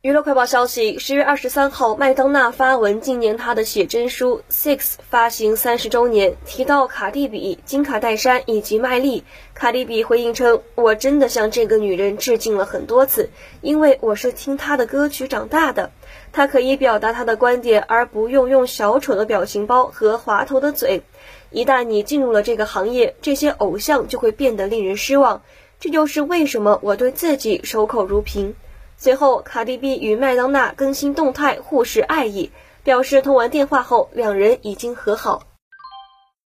娱乐快报消息，10月23号，麦当娜发文纪念她的写真书《Six》发行30周年，提到卡蒂比、金卡戴珊以及麦莉。卡蒂比回应称：“我真的向这个女人致敬了很多次，因为我是听她的歌曲长大的。她可以表达她的观点，而不用小丑的表情包和滑头的嘴。一旦你进入了这个行业，这些偶像就会变得令人失望。这就是为什么我对自己守口如瓶。”随后，卡蒂比与麦当娜更新动态，互示爱意，表示通完电话后，两人已经和好。